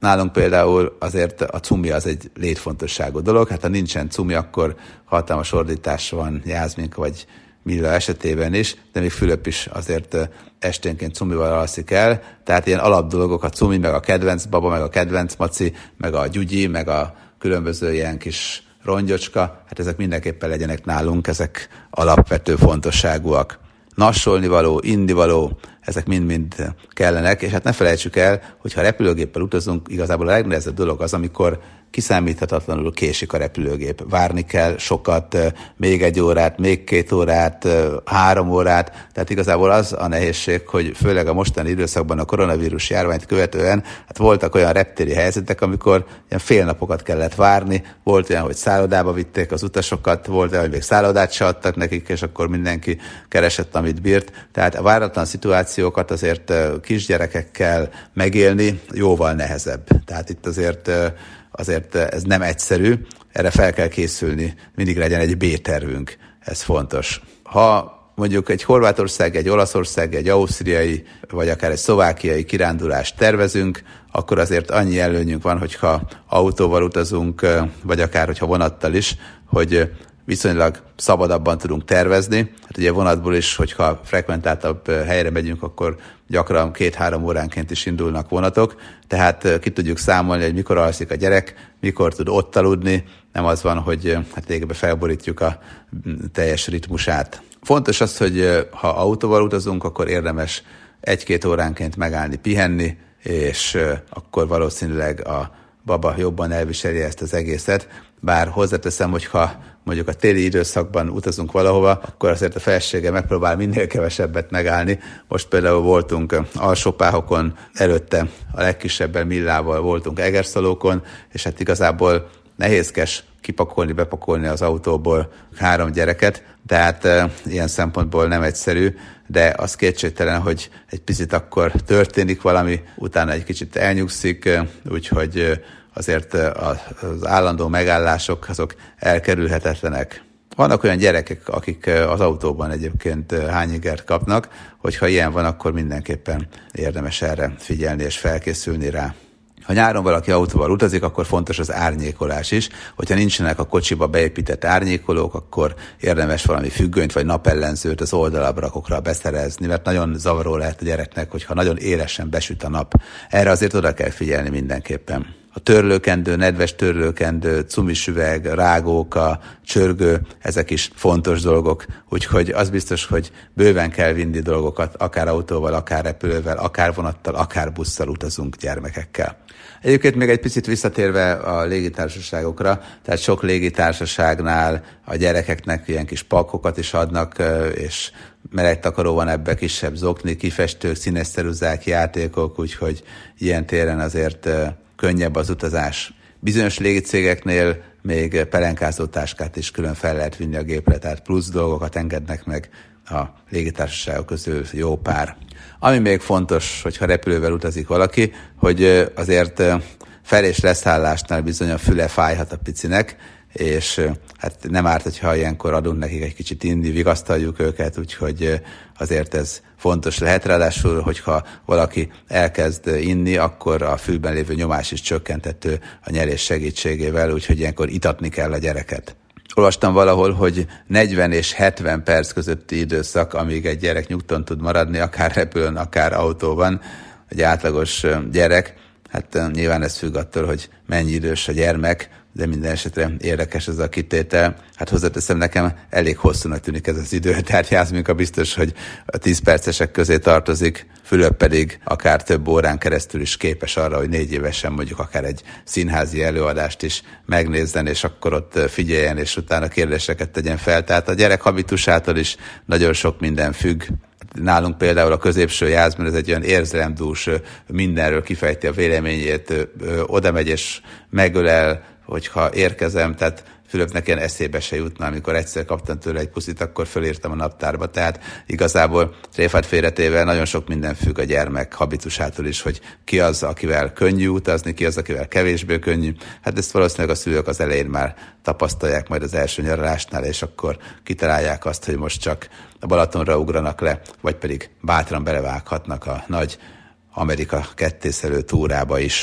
Nálunk például azért a cumi az egy létfontosságú dolog, hát ha nincsen cumi, akkor hatalmas ordítás van Jászmink vagy Milla esetében is, de még Fülöp is azért esténként cumival alszik el, tehát ilyen alapdolgok, a cumi, meg a kedvenc baba, meg a kedvenc maci, meg a gyugyi, meg a különböző ilyen kis rongyocska, hát ezek mindenképpen legyenek nálunk, ezek alapvető fontosságúak. Nassolnivaló, indivaló, ezek mind-mind kellenek, és hát ne felejtsük el, hogy ha repülőgéppel utazunk, igazából a legnehezebb dolog az, amikor kiszámíthatatlanul késik a repülőgép. Várni kell sokat, még egy órát, még két órát, három órát, tehát igazából az a nehézség, hogy főleg a mostani időszakban a koronavírus járványt követően, hát voltak olyan reptéri helyzetek, amikor ilyen fél napokat kellett várni, volt olyan, hogy szállodába vitték az utasokat, volt olyan, hogy még szállodát se adtak nekik, és akkor mindenki keresett, amit bírt. Tehát a váratlan szituációkat azért kisgyerekekkel megélni jóval nehezebb. Tehát itt azért Azért ez nem egyszerű, erre fel kell készülni, mindig legyen egy B-tervünk, ez fontos. Ha mondjuk egy Horvátország, egy Olaszország, egy ausztriai, vagy akár egy szlovákiai kirándulást tervezünk, akkor azért annyi előnyünk van, hogyha autóval utazunk, vagy akár hogyha vonattal is, hogy viszonylag szabadabban tudunk tervezni. Hát ugye vonatból is, hogyha frekventáltabb helyre megyünk, akkor gyakran két-három óránként is indulnak vonatok, tehát ki tudjuk számolni, hogy mikor alszik a gyerek, mikor tud ott aludni, nem az van, hogy hát végbe felborítjuk a teljes ritmusát. Fontos az, hogy ha autóval utazunk, akkor érdemes egy-két óránként megállni, pihenni, és akkor valószínűleg a baba jobban elviseli ezt az egészet, bár hozzáteszem, hogy ha mondjuk a téli időszakban utazunk valahova, akkor azért a felesége megpróbál minél kevesebbet megállni. Most például voltunk Alsópáhokon, előtte a legkisebbel Millával voltunk Egerszalókon, és hát igazából nehézkes kipakolni, bepakolni az autóból három gyereket, tehát e, ilyen szempontból nem egyszerű, de az kétségtelen, hogy egy picit akkor történik valami, utána egy kicsit elnyugszik, úgyhogy azért az állandó megállások azok elkerülhetetlenek. Vannak olyan gyerekek, akik az autóban egyébként hányingert kapnak, hogyha ilyen van, akkor mindenképpen érdemes erre figyelni és felkészülni rá. Ha nyáron valaki autóval utazik, akkor fontos az árnyékolás is. Hogyha nincsenek a kocsiba beépített árnyékolók, akkor érdemes valami függönyt vagy napellenzőt az oldalabrakokra beszerezni, mert nagyon zavaró lehet a gyereknek, hogyha nagyon élesen besüt a nap. Erre azért oda kell figyelni mindenképpen. A törlőkendő, nedves törlőkendő, cumisüveg, rágóka, csörgő, ezek is fontos dolgok, úgyhogy az biztos, hogy bőven kell vinni dolgokat, akár autóval, akár repülővel, akár vonattal, akár busszal utazunk gyermekekkel. Egyébként még egy picit visszatérve a légitársaságokra, tehát sok légitársaságnál a gyerekeknek ilyen kis pakokat is adnak, és melegtakaró van ebbe, kisebb zokni, kifestők, színes ceruzák, játékok, úgyhogy ilyen téren azért könnyebb az utazás. Bizonyos légicégeknél még pelenkázó táskát is külön fel lehet vinni a gépre, tehát plusz dolgokat engednek meg a légitársaságok közül jó pár. Ami még fontos, hogyha repülővel utazik valaki, hogy azért fel- és leszállásnál bizony a füle fájhat a picinek, és hát nem árt, hogyha ilyenkor adunk nekik egy kicsit inni, vigasztaljuk őket, úgyhogy azért ez fontos lehet. Ráadásul, hogyha valaki elkezd inni, akkor a fülben lévő nyomás is csökkentető a nyelés segítségével, úgyhogy ilyenkor itatni kell a gyereket. Olvastam valahol, hogy negyven és hetven perc közötti időszak, amíg egy gyerek nyugton tud maradni, akár repülőn, akár autóban, egy átlagos gyerek. Hát nyilván ez függ attól, hogy mennyi idős a gyermek, de minden esetre érdekes ez a kitétel. Hát hozzáteszem, nekem elég hosszúnak tűnik ez az idő, tehát Jászminka biztos, hogy a tíz percesek közé tartozik, Fülöp pedig akár több órán keresztül is képes arra, hogy négy évesen mondjuk akár egy színházi előadást is megnézzen, és akkor ott figyeljen, és utána kérdéseket tegyen fel. Tehát a gyerek habitusától is nagyon sok minden függ. Nálunk például a középső Jászmin, ez egy olyan érzelemdús, mindenről kifejti a véleményét, oda megy és megölel, hogyha érkezem, tehát Fülöpnek ilyen eszébe se jutna, amikor egyszer kaptam tőle egy puszit, akkor fölírtam a naptárba. Tehát igazából tréfát félretéve nagyon sok minden függ a gyermek habitusától is, hogy ki az, akivel könnyű utazni, ki az, akivel kevésbé könnyű. Hát ezt valószínűleg a szülők az elején már tapasztalják majd az első nyaralásnál, és akkor kitalálják azt, hogy most csak a Balatonra ugranak le, vagy pedig bátran belevághatnak a nagy Amerika kettészelő túrába is.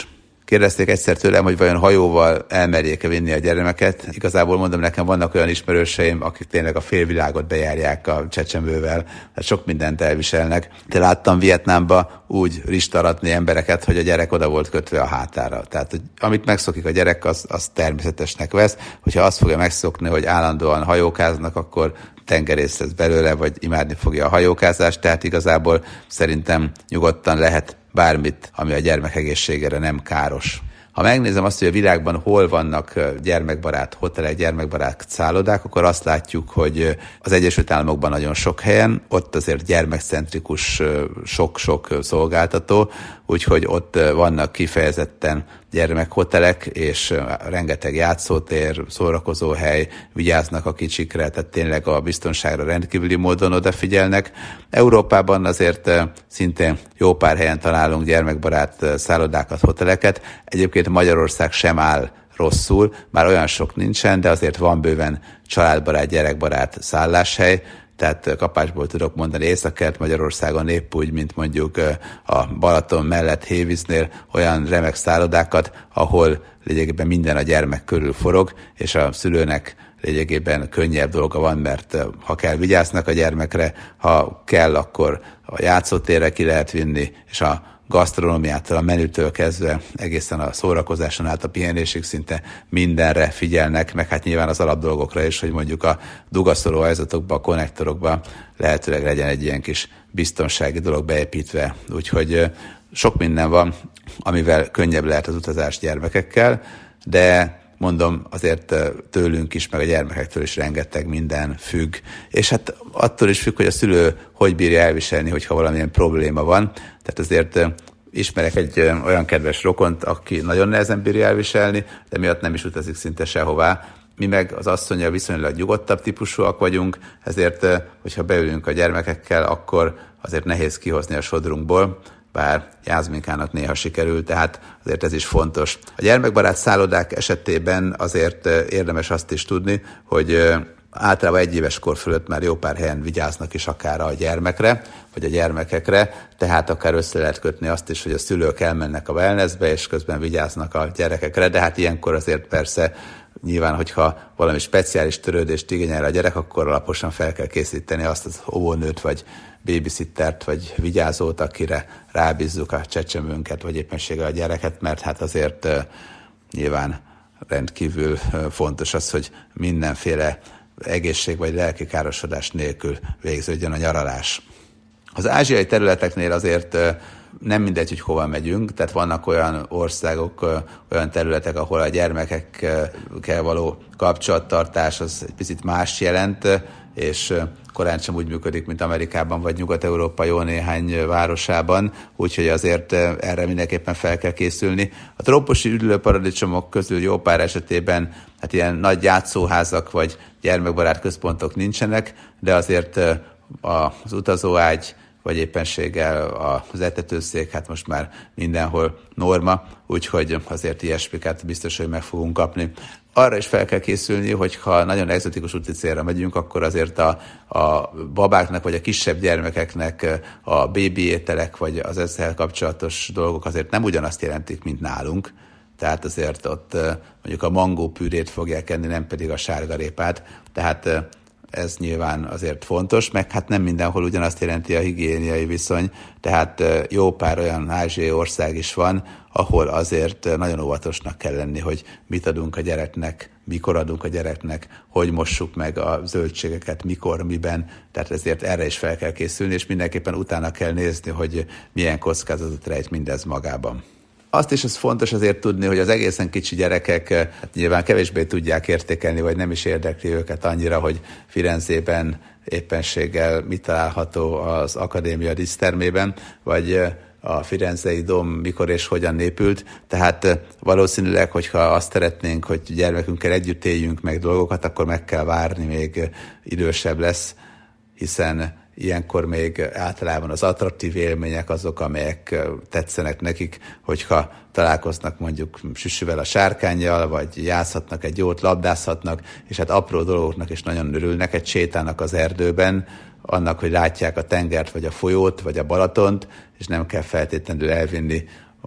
Kérdezték egyszer tőlem, hogy vajon hajóval elmerjék-e vinni a gyermeket. Igazából mondom, nekem vannak olyan ismerőseim, akik tényleg a félvilágot bejárják a csecsemővel, tehát sok mindent elviselnek. De láttam Vietnámba úgy ristaratni embereket, hogy a gyerek oda volt kötve a hátára. Tehát, hogy amit megszokik a gyerek, az, az természetesnek vesz. Hogyha azt fogja megszokni, hogy állandóan hajókáznak, akkor tengerész lesz belőle, vagy imádni fogja a hajókázást, tehát igazából szerintem nyugodtan lehet bármit, ami a gyermek egészségére nem káros. Ha megnézem azt, hogy a világban hol vannak gyermekbarát hotelek, gyermekbarát szállodák, akkor azt látjuk, hogy az Egyesült Államokban nagyon sok helyen, ott azért gyermekcentrikus sok-sok szolgáltató, úgyhogy ott vannak kifejezetten gyermekhotelek, és rengeteg játszótér, szórakozóhely, vigyáznak a kicsikre, tehát tényleg a biztonságra rendkívüli módon odafigyelnek. Európában azért szintén jó pár helyen találunk gyermekbarát szállodákat, hoteleket. Egyébként Magyarország sem áll rosszul, már olyan sok nincsen, de azért van bőven családbarát, gyerekbarát szálláshely, tehát kapásból tudok mondani Észak-Kelet-Magyarországon épp úgy, mint mondjuk a Balaton mellett Hévíznél olyan remek szállodákat, ahol lényegében minden a gyermek körül forog, és a szülőnek lényegében könnyebb dolga van, mert ha kell, vigyáznak a gyermekre, ha kell, akkor a játszótérre ki lehet vinni, és a gasztronómiától, a menütől kezdve egészen a szórakozáson át a pihenésig szinte mindenre figyelnek, meg hát nyilván az alapdolgokra is, hogy mondjuk a dugaszoló ajzatokba, a konnektorokba lehetőleg legyen egy ilyen kis biztonsági dolog beépítve. Úgyhogy sok minden van, amivel könnyebb lehet az utazás gyermekekkel, de mondom, azért tőlünk is, meg a gyermekektől is rengeteg minden függ. És hát attól is függ, hogy a szülő hogy bírja elviselni, hogyha valamilyen probléma van. Tehát azért ismerek egy olyan kedves rokont, aki nagyon nehezen bírja elviselni, de miatt nem is utazik szinte sehová. Mi meg az asszonnyal viszonylag nyugodtabb típusúak vagyunk, ezért, hogyha beülünk a gyermekekkel, akkor azért nehéz kihozni a sodrunkból, bár Jászminkának néha sikerül, tehát azért ez is fontos. A gyermekbarát szállodák esetében azért érdemes azt is tudni, hogy általában egy éves kor fölött már jó pár helyen vigyáznak is akár a gyermekre, vagy a gyermekekre, tehát akár össze lehet kötni azt is, hogy a szülők elmennek a wellnessbe, és közben vigyáznak a gyerekekre, de hát ilyenkor azért persze nyilván, hogyha valami speciális törődést igényel a gyerek, akkor alaposan fel kell készíteni azt az óvónőt, vagy babysittert, vagy vigyázót, akire rábízzuk a csecsemőnket, vagy éppenséggel a gyereket, mert hát azért uh, nyilván rendkívül uh, fontos az, hogy mindenféle egészség vagy lelki károsodás nélkül végződjön a nyaralás. Az ázsiai területeknél azért uh, nem mindegy, hogy hova megyünk, tehát vannak olyan országok, uh, olyan területek, ahol a gyermekekkel való kapcsolattartás az egy picit más jelent, uh, és korán sem úgy működik, mint Amerikában vagy Nyugat-Európa jó néhány városában, úgyhogy azért erre mindenképpen fel kell készülni. A trópusi üdülőparadicsomok közül jó pár esetében hát ilyen nagy játszóházak vagy gyermekbarát központok nincsenek, de azért az utazóágy vagy éppenséggel az etetőszék, hát most már mindenhol norma, úgyhogy azért ilyesmiket biztos, hogy meg fogunk kapni. Arra is fel kell készülni, hogy ha nagyon egzotikus úti célra megyünk, akkor azért a, a babáknak vagy a kisebb gyermekeknek a bébi ételek vagy az ezzel kapcsolatos dolgok azért nem ugyanazt jelentik, mint nálunk. Tehát azért ott mondjuk a mangó pürét fogják enni, nem pedig a sárgarépát. Tehát ez nyilván azért fontos, meg hát nem mindenhol ugyanazt jelenti a higiéniai viszony, tehát jó pár olyan ázsiai ország is van, ahol azért nagyon óvatosnak kell lenni, hogy mit adunk a gyereknek, mikor adunk a gyereknek, hogy mossuk meg a zöldségeket, mikor, miben, tehát ezért erre is fel kell készülni, és mindenképpen utána kell nézni, hogy milyen kockázatot rejt mindez magában. Azt is az fontos azért tudni, hogy az egészen kicsi gyerekek hát nyilván kevésbé tudják értékelni, vagy nem is érdekli őket annyira, hogy Firenzében éppenséggel mit található az akadémia dísztermében, vagy a Firenzei dóm mikor és hogyan épült. Tehát valószínűleg, hogyha azt szeretnénk, hogy gyermekünkkel együtt éljünk meg dolgokat, akkor meg kell várni, még idősebb lesz, hiszen ilyenkor még általában az attraktív élmények azok, amelyek tetszenek nekik, hogyha találkoznak mondjuk süsüvel a sárkánnyal, vagy játszhatnak egy jót, labdázhatnak, és hát apró dolgoknak is nagyon örülnek, egy sétának az erdőben, annak, hogy látják a tengert, vagy a folyót, vagy a Balatont, és nem kell feltétlenül elvinni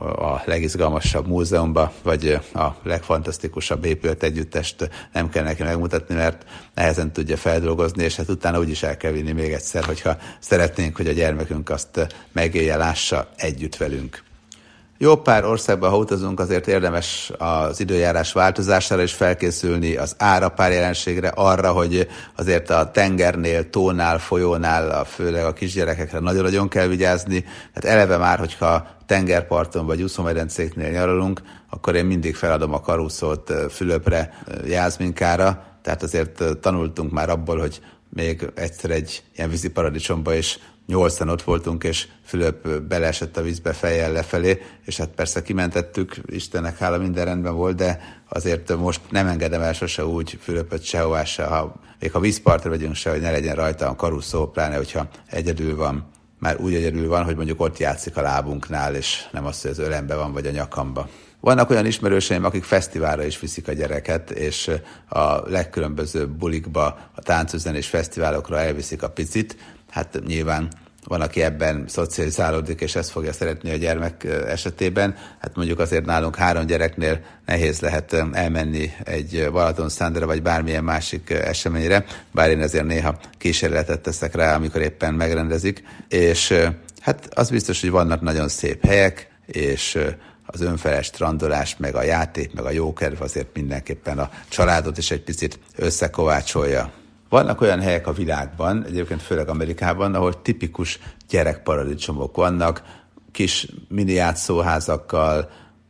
a legizgalmasabb múzeumba, vagy a legfantasztikusabb épület együttest nem kell neki megmutatni, mert nehezen tudja feldolgozni, és hát utána úgyis el kell vinni még egyszer, hogyha szeretnénk, hogy a gyermekünk azt megélje, lássa együtt velünk. Jó pár országban, ha utazunk, azért érdemes az időjárás változására is felkészülni, az árapár jelenségre, arra, hogy azért a tengernél, tónál, folyónál, főleg a kisgyerekekre nagyon-nagyon kell vigyázni. Tehát eleve már, hogyha tengerparton vagy úszómedencéknél nyaralunk, akkor én mindig feladom a karúszót Fülöpre, Jászminkára, tehát azért tanultunk már abból, hogy még egyszer egy ilyen víziparadicsomba is nyolcan ott voltunk, és Fülöp beleesett a vízbe fejjel lefelé, és hát persze kimentettük, Istennek hála, minden rendben volt, de azért most nem engedem el sose úgy Fülöpöt sehová se, ha, még ha vízpartra vegyünk se, hogy ne legyen rajta a karuszó, pláne hogyha egyedül van. Már úgy egyedül van, hogy mondjuk ott játszik a lábunknál, és nem az, hogy az ölembe van, vagy a nyakamba. Vannak olyan ismerőseim, akik fesztiválra is viszik a gyereket, és a legkülönbözőbb bulikba, a tánczenés fesztiválokra elviszik a picit. Hát nyilván van, aki ebben szocializálódik, és ezt fogja szeretni a gyermek esetében. Hát mondjuk azért nálunk három gyereknél nehéz lehet elmenni egy Balatonsztrándra, vagy bármilyen másik eseményre, bár én ezért néha kísérletet teszek rá, amikor éppen megrendezik. És hát az biztos, hogy vannak nagyon szép helyek, és az önfeles strandolás, meg a játék, meg a jókedv azért mindenképpen a családot is egy picit összekovácsolja. Vannak olyan helyek a világban, egyébként főleg Amerikában, ahol tipikus gyerekparadicsomok vannak, kis mini játszóházakkal,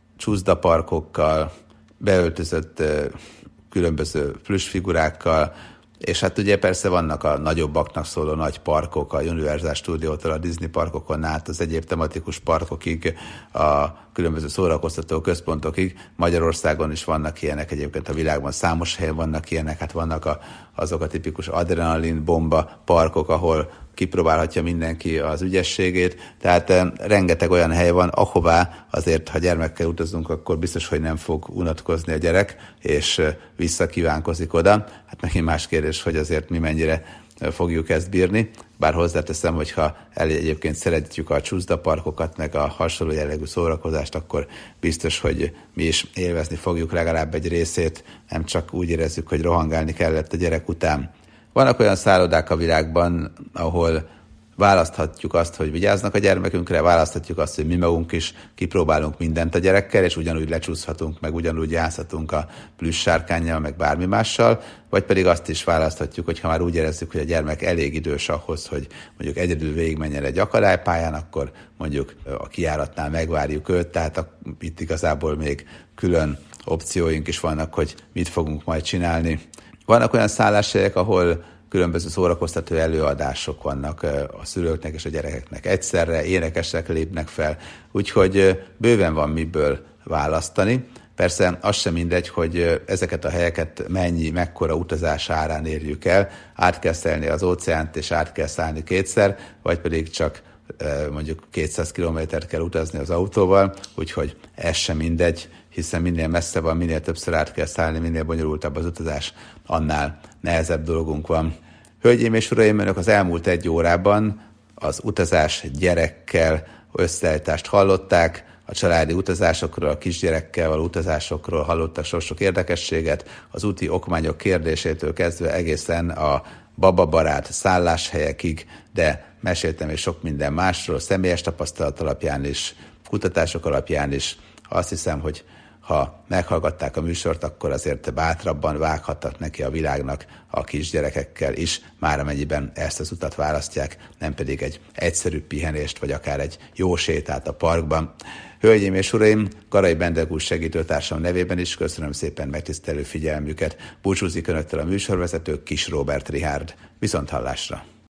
csúszdaparkokkal, beöltözött különböző plüssfigurákkal, és hát ugye persze vannak a nagyobbaknak szóló nagy parkok, a Universal Studiótól a Disney parkokon át az egyéb tematikus parkokig, a különböző szórakoztató központokig. Magyarországon is vannak ilyenek, egyébként a világban számos helyen vannak ilyenek, hát vannak a, azok a tipikus adrenalin bomba parkok, ahol kipróbálhatja mindenki az ügyességét, tehát eh, rengeteg olyan hely van, ahová azért, ha gyermekkel utazunk, akkor biztos, hogy nem fog unatkozni a gyerek, és eh, visszakívánkozik oda. Hát megint más kérdés, hogy azért mi mennyire fogjuk ezt bírni, bár hozzáteszem, hogyha egyébként szeretjük a csúszdaparkokat, meg a hasonló jellegű szórakozást, akkor biztos, hogy mi is élvezni fogjuk legalább egy részét, nem csak úgy érezzük, hogy rohangálni kellett a gyerek után. Vannak olyan szállodák a világban, ahol választhatjuk azt, hogy vigyáznak a gyermekünkre, választhatjuk azt, hogy mi magunk is kipróbálunk mindent a gyerekkel, és ugyanúgy lecsúszhatunk, meg ugyanúgy játszhatunk a plüss sárkánnyal, meg bármi mással, vagy pedig azt is választhatjuk, hogy ha már úgy érezzük, hogy a gyermek elég idős ahhoz, hogy mondjuk egyedül végigmenjen egy akadálypályán, akkor mondjuk a kijáratnál megvárjuk őt, tehát a, itt igazából még külön opcióink is vannak, hogy mit fogunk majd csinálni. Vannak olyan szálláshelyek, ahol különböző szórakoztató előadások vannak a szülőknek és a gyerekeknek egyszerre, énekesek lépnek fel, úgyhogy bőven van miből választani. Persze az sem mindegy, hogy ezeket a helyeket mennyi, mekkora utazás árán érjük el, át kell szelni az óceánt és át kell szállni kétszer, vagy pedig csak mondjuk kétszáz kilométert kell utazni az autóval, úgyhogy ez sem mindegy, hiszen minél messze van, minél többször át kell szállni, minél bonyolultabb az utazás, annál nehezebb dolgunk van. Hölgyeim és uraim, önök az elmúlt egy órában az utazás gyerekkel összeállítást hallották, a családi utazásokról, a kisgyerekkel való utazásokról hallottak sok-sok érdekességet, az úti okmányok kérdésétől kezdve egészen a bababarát szálláshelyekig, de meséltem és sok minden másról, személyes tapasztalat alapján is, kutatások alapján is. Azt hiszem, hogy ha meghallgatták a műsort, akkor azért bátrabban vághatnak neki a világnak a kisgyerekekkel is, már amennyiben ezt az utat választják, nem pedig egy egyszerű pihenést, vagy akár egy jó sétát a parkban. Hölgyeim és uraim, Garai Bendegúz segítőtársam nevében is köszönöm szépen megtisztelő figyelmüket. Búcsúzik önöktől a műsorvezető, Kis Róbert Richárd. Viszonthallásra!